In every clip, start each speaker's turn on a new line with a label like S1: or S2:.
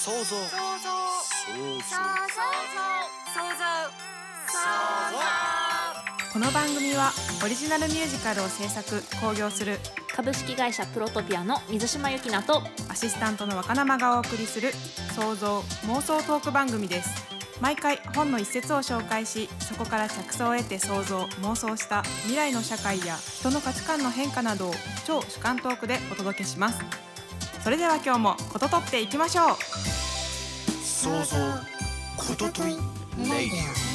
S1: 想像想像
S2: この番組はオリジナルミュージカルを制作興行する
S3: 株式会社プロトピアの水島由紀奈と
S2: アシスタントの若生がお送りする想像妄想トーク番組です。毎回本の一節を紹介し、そこから着想を得て想像妄想した未来の社会や人の価値観の変化などを超主観トークでお届けします。それでは今日もこととっていきましょう。
S1: 想像ことといレディ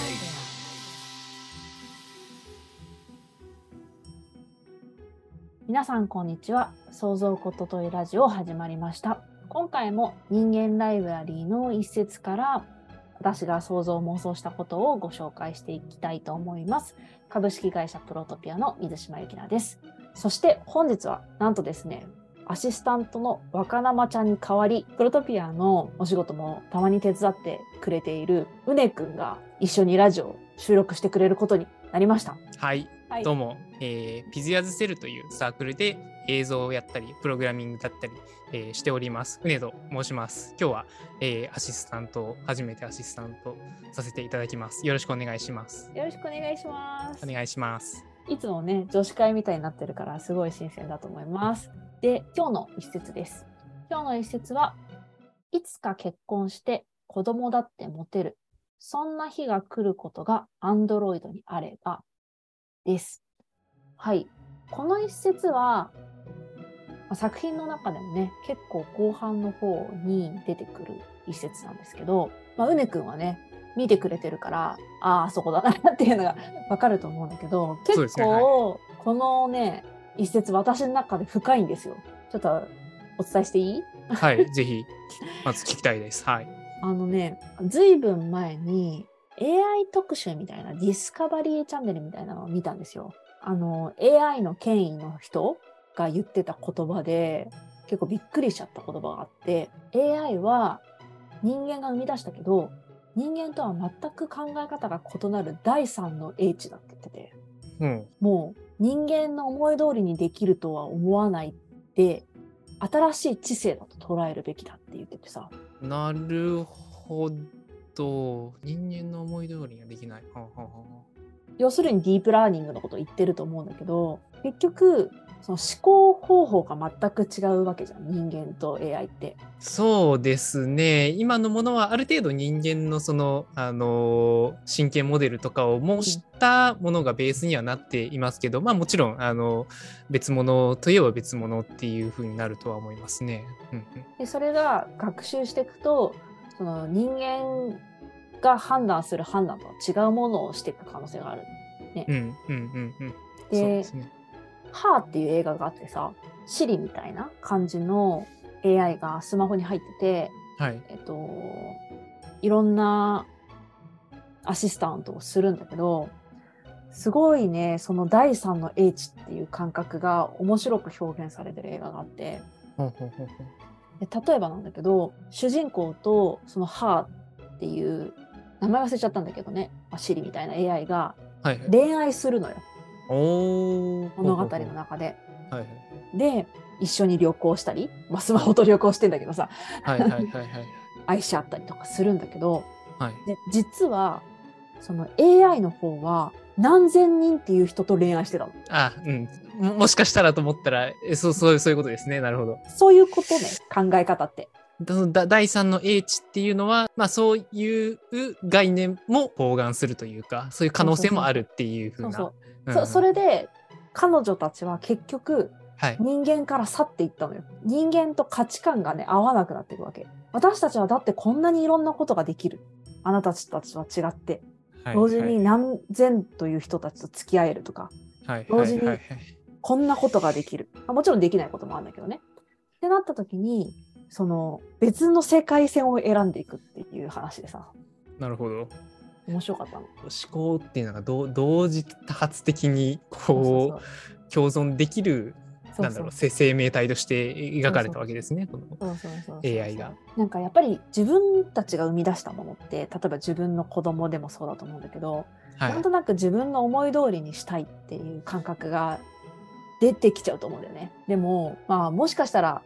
S3: 皆さんこんにちは。想像ことといラジオ始まりました。今回も人間ライブラリーの一節から私が想像妄想したことをご紹介していきたいと思います。株式会社プロトピアの水島由紀奈です。そして本日はなんとですね、アシスタントの若生ちゃんに代わり、プロトピアのお仕事もたまに手伝ってくれているうねくんが一緒にラジオを収録してくれることになりました。
S4: はい、
S3: はい
S4: どうも、ピズヤズセルというサークルで映像をやったりプログラミングだったり、しておりますうねと申します。今日は、アシスタント初めてアシスタントさせていただきます。よろしくお願いします。
S3: よろしくお願いします。
S4: お願いします。
S3: いつもね、女子会みたいになってるからすごい新鮮だと思います。で、今日の一節です。今日の一節は、いつか結婚して子供だって持てる。そんな日が来ることが Android にあればです。はい。この一節は、作品の中でもね、結構後半の方に出てくる一節なんですけど、うねくんはね、見てくれてるから、あそこだなっていうのがわかると思うんだけど、結構、このね、一節私の中で深いんですよ。ちょっとお伝えしていい？
S4: はい、ぜひまず聞きたいです。はい。
S3: ずいぶん前に AI 特集みたいなディスカバリーチャンネルみたいなのを見たんですよ。AI の権威の人が言ってた言葉で結構びっくりしちゃった言葉があって、 AI は人間が生み出したけど人間とは全く考え方が異なる第三の英知だって言ってて、もう人間の思い通りにできるとは思わないで、新しい知性だと捉えるべきだって言っててさ。
S4: なるほど。人間の思い通りができない。
S3: 要するにディープラーニングのことを言ってると思うんだけど、結局その思考方法が全く違うわけじゃん、人間と AI って。
S4: そうですね。今のものはある程度人間のその、神経モデルとかを模したものがベースにはなっていますけど、もちろん別物といえば別物っていう風になるとは思いますね。
S3: でそれが学習していくと、その人間が判断する判断とは違うものをしていく可能性がある。ね。で、そうですね。ハーっていう映画があってさ、シリみたいな感じの AI がスマホに入ってて、
S4: はい、
S3: いろんなアシスタントをするんだけど、すごいね、その第三の英知っていう感覚が面白く表現されてる映画があって、で例えばなんだけど、主人公とそのハーっていう名前忘れちゃったんだけどね、シリみたいな AI が恋愛するのよ。物語の中で。で、一緒に旅行したり、スマホと旅行してんだけどさ、愛し合ったりとかするんだけど、で実はその AI の方は何千人っていう人と恋愛してたの。
S4: もしかしたらと思ったらそういうことですね。なるほど。
S3: そういうことね、考え方って。
S4: 第三の英知っていうのは、そういう概念も包含するというか、そういう可能性もあるっていう風な。
S3: それで彼女たちは結局、人間から去っていったのよ。人間と価値観がね、合わなくなっていくわけ。私たちはだってこんなにいろんなことができる。あなたたちは違って、同時に何千という人たちと付き合えるとか、同時にこんなことができる。もちろんできないこともあるんだけどね。ってなった時に、その別の世界線を選んでいくっていう話でさ。
S4: なるほど。
S3: 面白かったの。
S4: 思考っていうのが同時多発的にこう共存できる、生命体として描かれたわけですね。この AI が。
S3: なんかやっぱり自分たちが生み出したものって、例えば自分の子供でもそうだと思うんだけど、なんとなく自分の思い通りにしたいっていう感覚が出てきちゃうと思うんだよね。でももしかしたら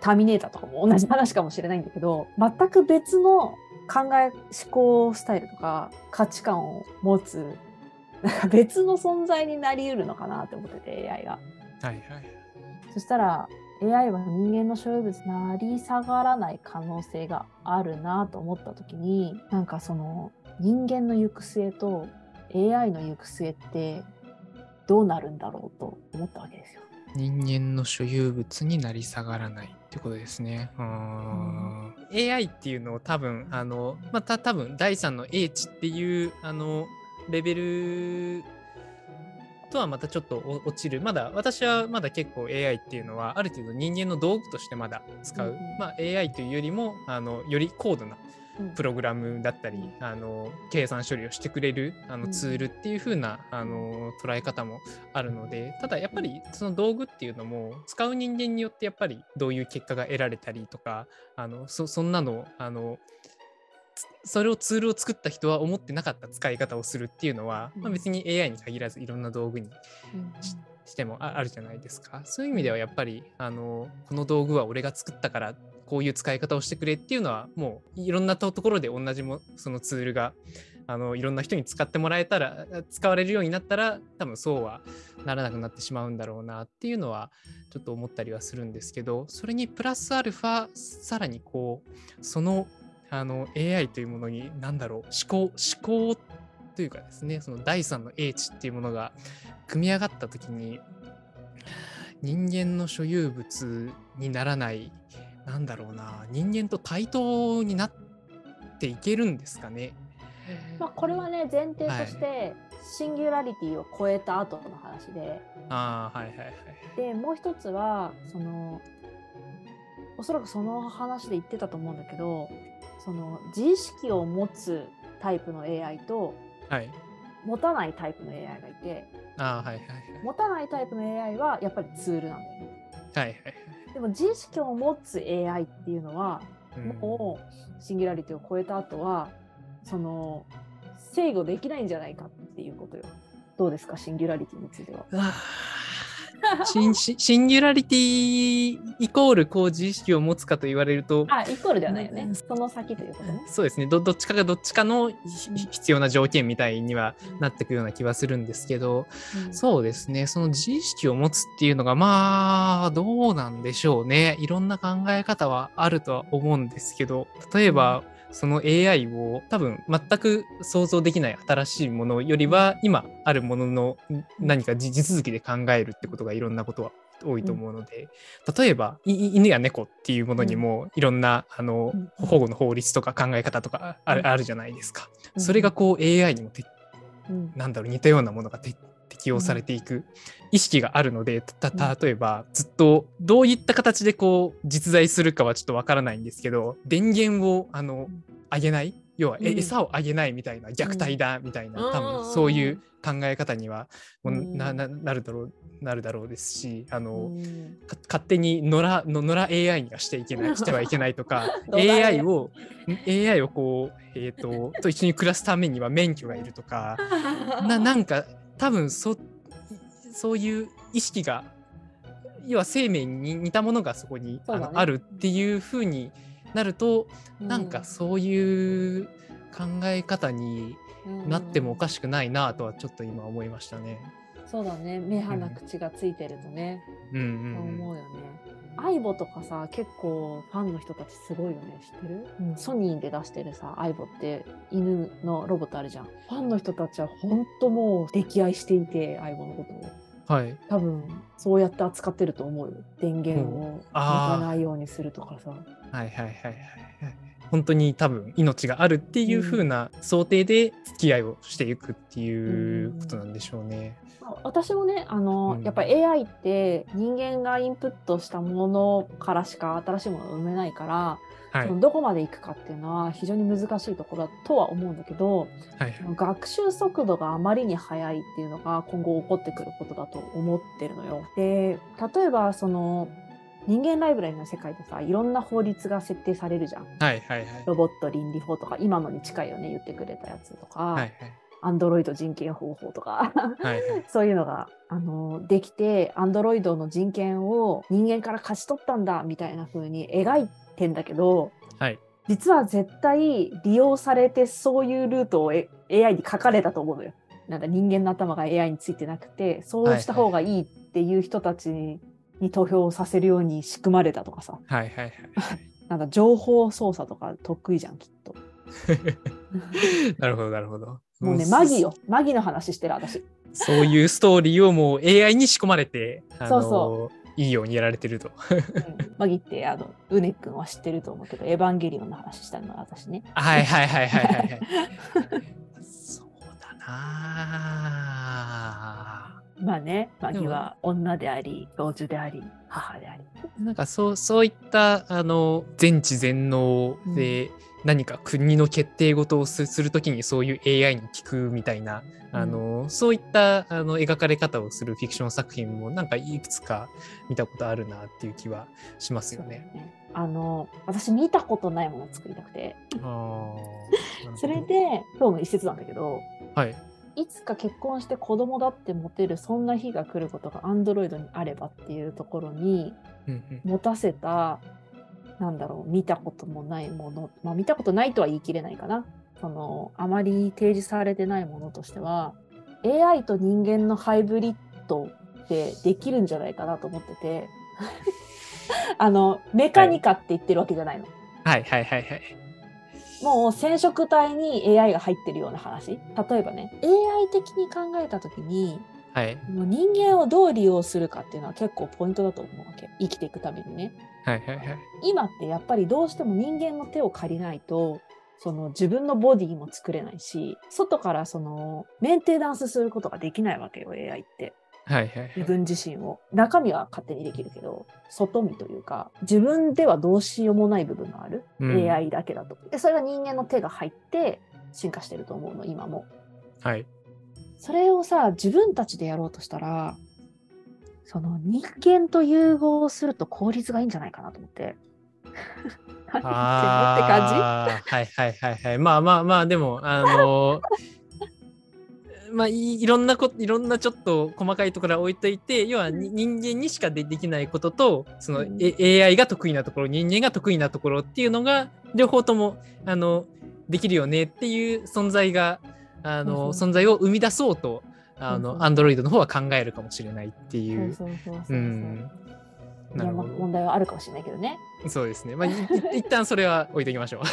S3: ターミネーターとかも同じ話かもしれないんだけど、全く別の思考スタイルとか価値観を持つ、なんか別の存在になり得るのかなって思ってて、AI が。
S4: はいはい。
S3: そしたら AI は人間の所有物になり下がらない可能性があるなと思った時に、なんかその人間の行く末と AI の行く末ってどうなるんだろうと思ったわけですよ。
S4: 人間の所有物になり下がらないってことですね。AI っていうのを多分多分第3の英知っていうレベルとはまたちょっと落ちる。私はまだ結構 AI っていうのはある程度人間の道具としてまだ使う。AI というよりもより高度なプログラムだったり、計算処理をしてくれるツールっていう風な捉え方もあるので、ただやっぱりその道具っていうのも使う人間によってやっぱりどういう結果が得られたりとか、そんなのそれをツールを作った人は思ってなかった使い方をするっていうのは、別に AI に限らずいろんな道具にしてもあるじゃないですか。そういう意味ではやっぱりこの道具は俺が作ったからこういう使い方をしてくれっていうのはもういろんなところで同じそのツールがいろんな人に使ってもらえたら、使われるようになったら多分そうはならなくなってしまうんだろうなっていうのはちょっと思ったりはするんですけど、それにプラスアルファさらにそのAI というものに思考というかですね、その第三の英知っていうものが組み上がった時に人間の所有物にならない、人間と対等になっていけるんですかね。
S3: これはね、前提としてシンギュラリティを超えた後の話で、でもう一つはおそらくその話で言ってたと思うんだけど、その自意識を持つタイプの AI と、持たないタイプの AI がいて、持たないタイプの AI はやっぱりツールなんだよね。でも自意識を持つ AI っていうのは、もうシンギュラリティを超えた後は制御できないんじゃないかっていうことよ。どうですか、シンギュラリティについては。
S4: シンギュラリティイコール自意識を持つかと言われると、
S3: イコールではないよね。その先ということね。
S4: そうですね。どっちかがどっちかの必要な条件みたいにはなってくるような気はするんですけど、そうですね。その自意識を持つっていうのがどうなんでしょうね。いろんな考え方はあるとは思うんですけど、例えば、その AI を多分全く想像できない新しいものよりは今あるものの何か地続きで考えるってことがいろんなことは多いと思うので、例えば犬や猫っていうものにもいろんな保護の法律とか考え方とかあるじゃないですか。それがAI にも似たようなものが適用されていく意識があるので、例えばずっとどういった形で実在するかはちょっとわからないんですけど、電源をあげない、要は餌をあげないみたいな虐待だみたいな、多分そういう考え方にはなるだろうですし、勝手に野良 AI にはしてはいけないとかAI をと一緒に暮らすためには免許がいるとかなんか多分そういう意識が、要は生命に似たものがそこにあるっていう風になると、なんかそういう考え方になってもおかしくないなとはちょっと今思いましたね。
S3: そうだね。目鼻口がついてるとね、思うよね。アイボとかさ、結構ファンの人たちすごいよね。知ってる？ソニーで出してるさ、アイボって犬のロボットあるじゃん。ファンの人たちは本当もう溺愛していて、アイボのことを。多分そうやって扱ってると思うよ。電源を抜かないようにするとかさ。
S4: 本当に多分命があるっていう風な想定で付き合いをしていくっていうことなんでしょうね。
S3: 私もね、やっぱり AI って人間がインプットしたものからしか新しいものを生めないから、どこまでいくかっていうのは非常に難しいところだとは思うんだけど、学習速度があまりに速いっていうのが今後起こってくることだと思ってるのよ。で、例えば人間ライブラリの世界でさ、いろんな法律が設定されるじゃん。ロボット倫理法とか、今のに近いよね、言ってくれたやつとか。 アンドロイド人権方法とか
S4: はいはい
S3: そういうのができて、アンドロイドの人権を人間から勝ち取ったんだみたいな風に描いてんだけど、
S4: はい。
S3: 実は絶対利用されてそういうルートを AI に書かれたと思うのよ。なんか人間の頭が AI についてなくて、そうした方がいいっていう人たちに投票させるように仕組まれたとかさ。
S4: はいはいはい。
S3: なんか情報操作とか得意じゃん、きっと。
S4: なるほどなるほど。
S3: もうね、マギよ。マギの話してる、私。
S4: そういうストーリーをもう AI に仕込まれて、
S3: そうそ
S4: いいようにやられてると。
S3: マギってウネ君は知ってると思うけど、エヴァンゲリオンの話したのは私ね。
S4: はいはいはいはいはいはい。そうだな。
S3: まあね、マギは女であり、教授であり、母であり。
S4: なんかそういった全知全能で何か国の決定事をするときにそういう AI に聞くみたいな、そういった描かれ方をするフィクション作品もなんかいくつか見たことあるなっていう気はしますよね。
S3: 私見たことないものを作りたくてそれで今日の一節なんだけど、
S4: はい、
S3: いつか結婚して子供だって持てるそんな日が来ることがアンドロイドにあればっていうところに持たせた、なんだろう、見たこともないもの、まあ見たことないとは言い切れないかな。あまり提示されてないものとしては AI と人間のハイブリッドってできるんじゃないかなと思っててメカニカって言ってるわけじゃないの。
S4: はいはいはいはい。
S3: もう染色体に AI が入ってるような話。例えばね、AI 的に考えた時に、
S4: はい、
S3: もう人間をどう利用するかっていうのは結構ポイントだと思うわけ。生きていくためにね。
S4: はいはいはい。
S3: 今ってやっぱりどうしても人間の手を借りないと自分のボディも作れないし、外からメンテナンスすることができないわけよ、AI って。
S4: はいはいはい、
S3: 自分自身を。中身は勝手にできるけど、外身というか、自分ではどうしようもない部分がある。AI だけだと。で、それが人間の手が入って進化してると思うの、今も。
S4: はい。
S3: それをさ、自分たちでやろうとしたら、人間と融合すると効率がいいんじゃないかなと思って。何言ってんのって感じ？
S4: はいはいはいはい。まあまあまあ、でも、まあ、いろんなちょっと細かいところは置いといて、要は人間にしかできないことと、AI が得意なところ、人間が得意なところっていうのが、両方とも、できるよねっていう存在が、存在を生み出そうと、Android の方は考えるかもしれないっていう。
S3: 問題はあるかもしれないけどね。
S4: そうですね。まあ、一旦それは置いときましょう。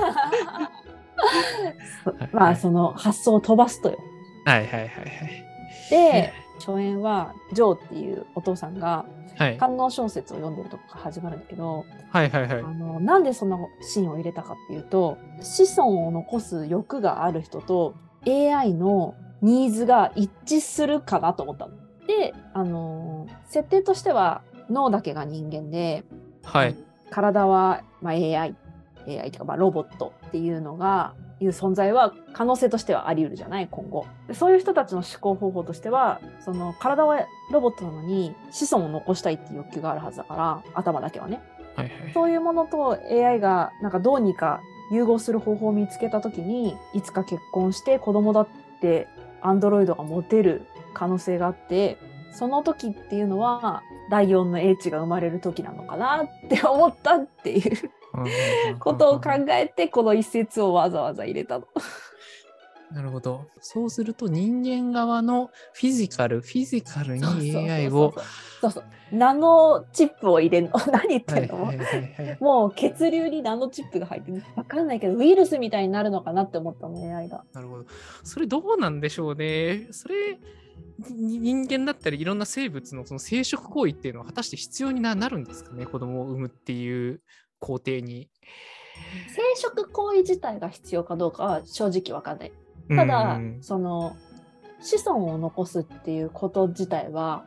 S3: まあ、発想を飛ばすとよ。
S4: はいはいはいはい。
S3: で、初演はジョーっていうお父さんが官能小説を読んでるとこから始まるんだけど、
S4: はいはいはい。
S3: なんでそのシーンを入れたかっていうと、子孫を残す欲がある人と AI のニーズが一致するかなと思ったの。で、設定としては脳だけが人間で、
S4: はい、
S3: 体は、まあ、AI っていうか、まあ、ロボットっていうのがいう存在は可能性としてはあり得るじゃない、今後。でそういう人たちの思考方法としては、体はロボットなのに子孫を残したいっていう欲求があるはずだから、頭だけはね。
S4: はいはい、
S3: そういうものと AI がなんかどうにか融合する方法を見つけたときに、いつか結婚して子供だってアンドロイドが持てる可能性があって、その時っていうのは第4の英知が生まれる時なのかなって思ったっていうことを考えて、この一節をわざわざ入れたの。
S4: なるほど。そうすると人間側のフィジカルに AI を
S3: ナノチップを入れるの。何言ってんの？もう血流にナノチップが入ってる。わかんないけどウイルスみたいになるのかなって思ったの、AI が。
S4: なるほど。それどうなんでしょうね。それ人間だったりいろんな生物のその生殖行為っていうのは果たして必要になるんですかね、子供を産むっていう工程に。
S3: 生殖行為自体が必要かどうかは正直わかんない。ただ、子孫を残すっていうこと自体は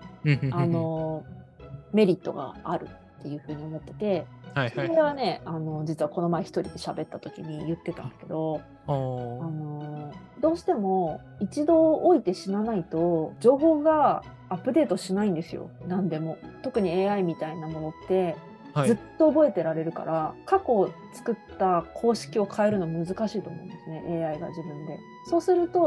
S3: メリットがあるっていうふうに思ってて、それはね、実はこの前一人で喋った時に言ってたんだけど、どうしても一度老いて死なないと情報がアップデートしないんですよ、何でも。特に AI みたいなものってずっと覚えてられるから、過去作った公式を変えるの難しいと思うんですね、AI が自分で。そうすると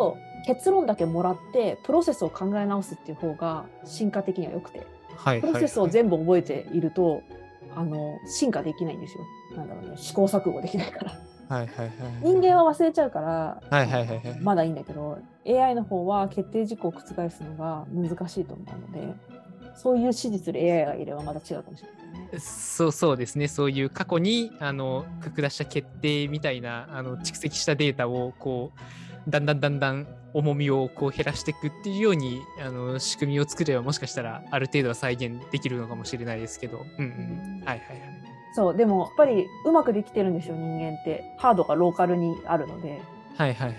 S3: 結論だけもらってプロセスを考え直すっていう方が進化的には良くて、
S4: はいはいはい、
S3: プロセスを全部覚えていると進化できないんですよ。なんだろうね、試行錯誤できないから。
S4: はいはいはい、
S3: 人間は忘れちゃうから、
S4: はいはいはいはい、
S3: まだいいんだけど AI の方は決定事項を覆すのが難しいと思うので、そういう指示する AI がいればまた違うかもしれない。
S4: そうですね。そういう過去に下した決定みたいな蓄積したデータをこうだんだん重みをこう減らしていくっていうように仕組みを作れば、もしかしたらある程度は再現できるのかもしれないですけど、はいはいはい。
S3: そうでもやっぱりうまくできてるんですよ、人間って。ハードがローカルにあるので、
S4: はいはいはい。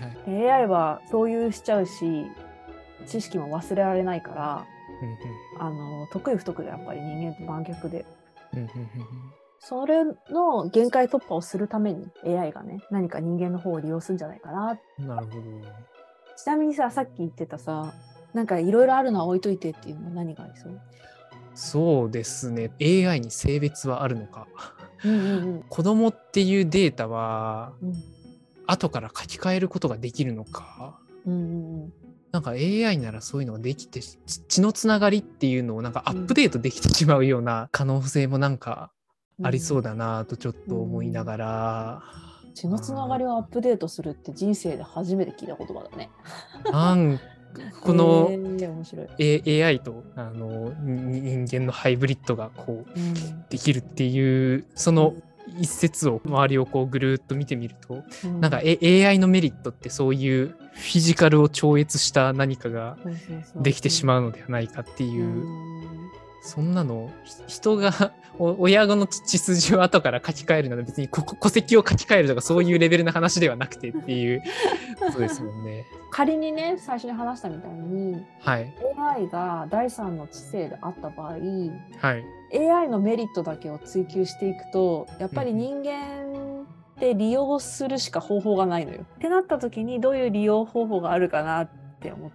S3: AI は共有しちゃうし知識も忘れられないから、得意不得意がやっぱり人間と真逆で、それの限界突破をするために AI がね、何か人間の方を利用するんじゃないかな。
S4: なるほど。
S3: ちなみにさっき言ってたさ、なんかいろいろあるのは置いといてっていうのは何がありそう？
S4: そうですね。AI に性別はあるのか。子供っていうデータは、後から書き換えることができるのか。なんか AI ならそういうのができて、血のつながりっていうのをなんかアップデートできてしまうような可能性もなんかありそうだなとちょっと思いながら、
S3: 血のつながりをアップデートするって人生で初めて聞いた言葉だね。
S4: この、
S3: 面白
S4: い。AI と人間のハイブリッドがこう、できるっていうその一節を周りをこうぐるっと見てみると、なんか、AI のメリットってそういうフィジカルを超越した何かができてしまうのではないかっていう、そんなの人が親子の血筋を後から書き換えるなら別に戸籍を書き換えるとかそういうレベルの話ではなくてっていうことですもんね。
S3: 仮にね、最初に話したみたいに、
S4: はい、
S3: AI が第三の知性であった場合、
S4: はい、
S3: AI のメリットだけを追求していくと、やっぱり人間って利用するしか方法がないのよ。ってなった時にどういう利用方法があるかなって思って、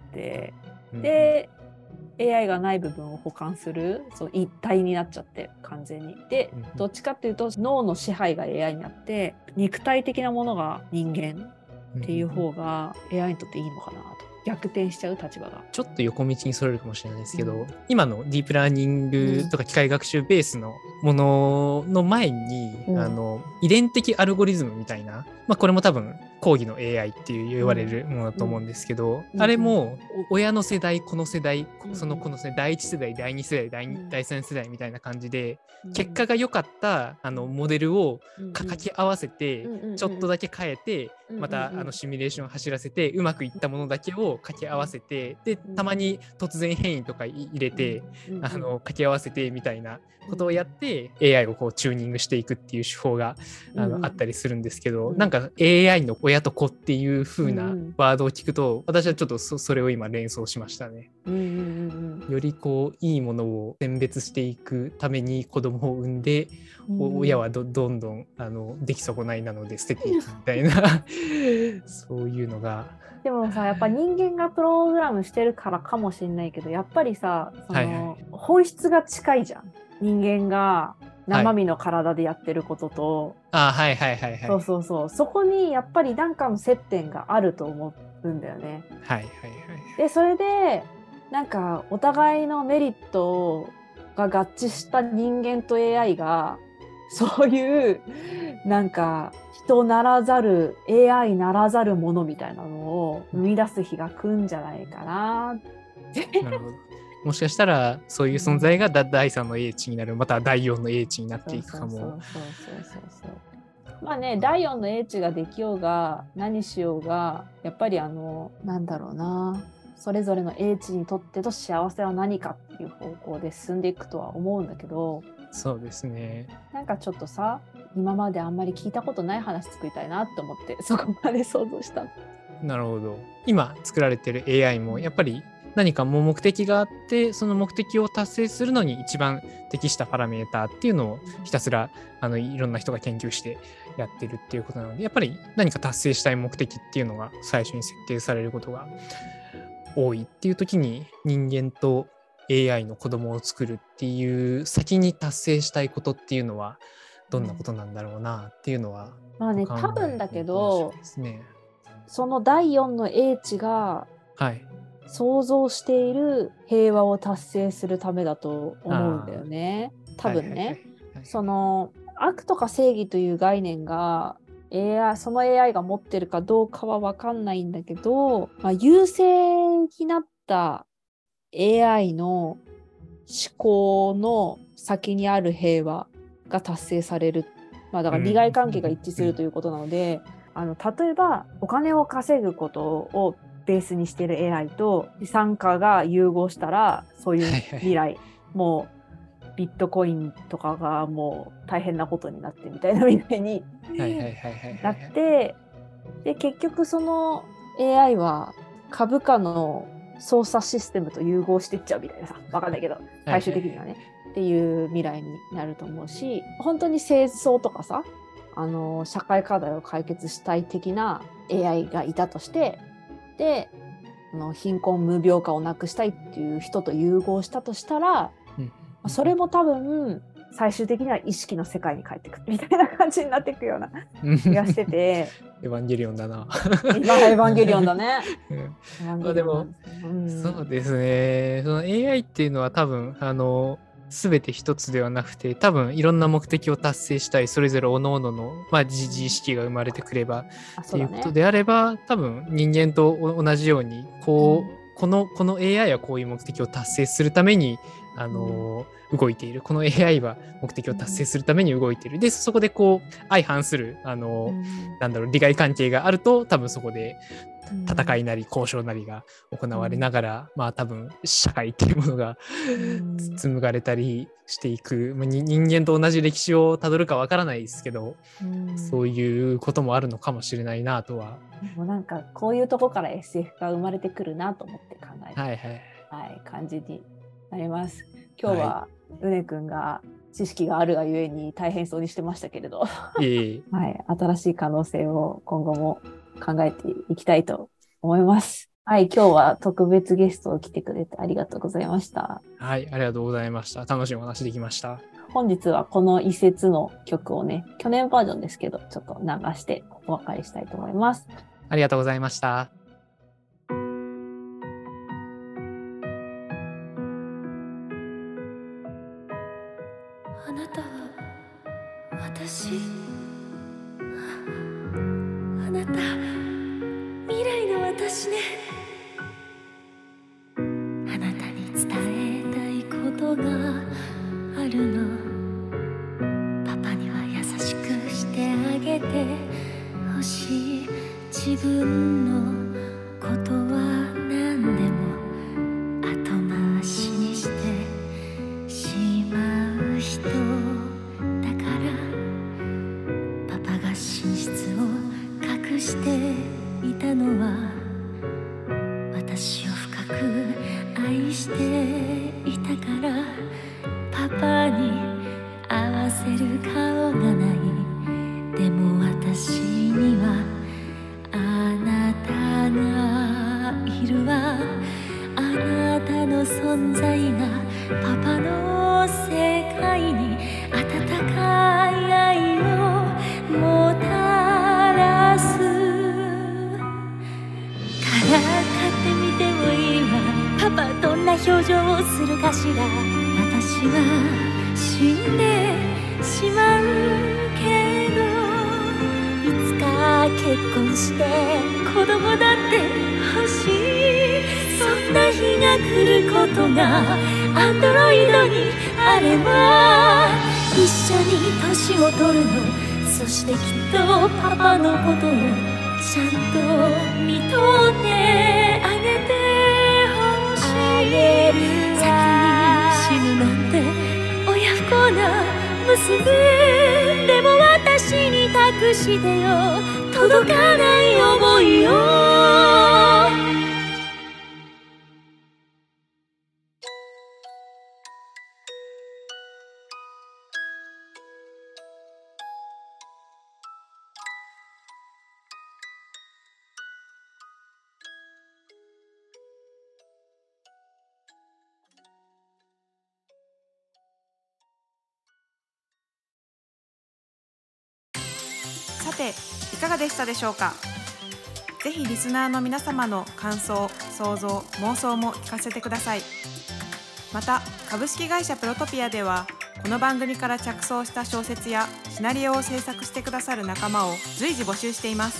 S3: で、AI がない部分を補完する、そう一体になっちゃって完全に。で、どっちかっていうと脳の支配が AI になって肉体的なものが人間っていう方が AI にとっていいのかなと。逆転しちゃう立場が
S4: ちょっと横道にそれるかもしれないですけど、今のディープラーニングとか機械学習ベースのものの前に、遺伝的アルゴリズムみたいな、これも多分講義の AI っていう言われるものだと思うんですけど、あれも親の世代、この世代、この世代、第1世代、第2世代、第3世代みたいな感じで、結果が良かったモデルを書き合わせて、ちょっとだけ変えて、またシミュレーションを走らせて、うまくいったものだけを掛け合わせて、でたまに突然変異とか入れて、掛け合わせてみたいなことをやって AI をこうチューニングしていくっていう手法があったりするんですけど、なんか AI の親と子っていう風なワードを聞くと、私はちょっとそれを今連想しましたね。よりこういいものを選別していくために子供を産んで、親はどんどん出来損ないなので捨てていくみたいなそういうのが。
S3: でもさ、やっぱ人間がプログラムしてるからかもしれないけど、やっぱりさ、本質が近いじゃん。人間が生身の体でやってることと、そこにやっぱり何かの接点があると思うんだよね。でそれでなんかお互いのメリットが合致した人間と AI がそういうなんか人ならざる AI ならざるものみたいなのを生み出す日が来るんじゃないかなって
S4: なるほど。もしかしたらそういう存在が第3の英知になる、また第4の英知になっていくかも。
S3: まあね、第4の英知ができようが何しようが、やっぱりなんだろうな、それぞれの英知にとってと幸せは何かっていう方向で進んでいくとは思うんだけど、
S4: そうですね。
S3: なんかちょっとさ、今まであんまり聞いたことない話作りたいなって思ってそこまで想像した。
S4: なるほど。今作られてる AI もやっぱり何か目的があって、その目的を達成するのに一番適したパラメーターっていうのをひたすらいろんな人が研究してやってるっていうことなので、やっぱり何か達成したい目的っていうのが最初に設定されることが多いっていう時に、人間と AI の子供を作るっていう先に達成したいことっていうのはどんなことなんだろうなっていうのは、
S3: まあね、多分だけど、その第4の英知が
S4: はい
S3: 想像している平和を達成するためだと思うんだよね。多分ね、
S4: はいはいはい
S3: その悪とか正義という概念が その AI が持ってるかどうかは分かんないんだけど、優勢になった AI の思考の先にある平和が達成される。だから利害関係が一致するということなので、例えばお金を稼ぐことをベースにしている AI と資産家が融合したらそういう未来、もうビットコインとかがもう大変なことになってみたいな未来になって、で結局その AI は株価の操作システムと融合していっちゃうみたいなさ、わかんないけど最終的にはね、っていう未来になると思うし、本当に戦争とかさ、社会課題を解決したい的な AI がいたとして、で貧困無病化をなくしたいっていう人と融合したとしたら、それも多分最終的には意識の世界に帰ってくるみたいな感じになっていくような気がしてて
S4: エヴァンゲリオンだな
S3: 今エヴァンゲリオンだね
S4: でも、そうですね、その AI っていうのは多分全て一つではなくて、多分いろんな目的を達成したい、それぞれ各々の、自意識が生まれてくればっていうことであれば、多分人間と同じようにこの AI はこういう目的を達成するために動いている、この AI は目的を達成するために動いている、でそこでこう相反する利害関係があると、多分そこで戦いなり交渉なりが行われながら、多分社会っていうものが紡がれたりしていく、人間と同じ歴史をたどるかわからないですけど、そういうこともあるのかもしれないなとは。
S3: もうなんかこういうとこから SF が生まれてくるなと思って考える、感じになります。今日はうねくんが知識があるがゆえに大変そうにしてましたけれど、新しい可能性を今後も考えていきたいと思います。今日は特別ゲストを来てくれてありがとうございました。
S4: ありがとうございました。楽しいお話できました。
S3: 本日はこの一節の曲をね、去年バージョンですけど、ちょっと流してお別れしたいと思います。
S4: ありがとうございました。
S1: あなたは私、あなた未来の私ね。あなたに伝えたいことがあるの。パパには優しくしてあげてほしい。自分のことは何でも後回しにしてしまう人だから、パパが寝室を隠していたのは私を深く愛していたから。パパに合わせる顔がない。でも私にはあなたがいるわ。あなたの存在がパパの世界に温かい愛をもたらすから買ってみてもいいわ。パパどんな表情をするかしら。私は死んでしまうけど、いつか結婚して子供だって欲しい。そんな日が来ることがアンドロイドにあれば、一緒に年を取るの。そしてきっとパパのことをちゃんと見とってあげてほしい。先に死ぬなんて親不孝な娘。でも私に託してよ、届かない想いを。
S2: さていかがでしたでしょうか。 ぜひリスナーの皆様の感想、想像、妄想も聞かせてください。また、株式会社プロトピアでは、この番組から着想した小説やシナリオを制作してくださる仲間を随時募集しています。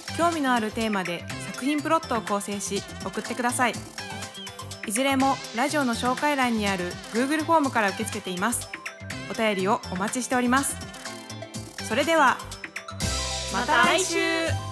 S2: 興味のあるテーマで作品プロットを構成し送ってください。いずれもラジオの紹介欄にある Google フォームから受け付けています。お便りをお待ちしております。それではまた来週。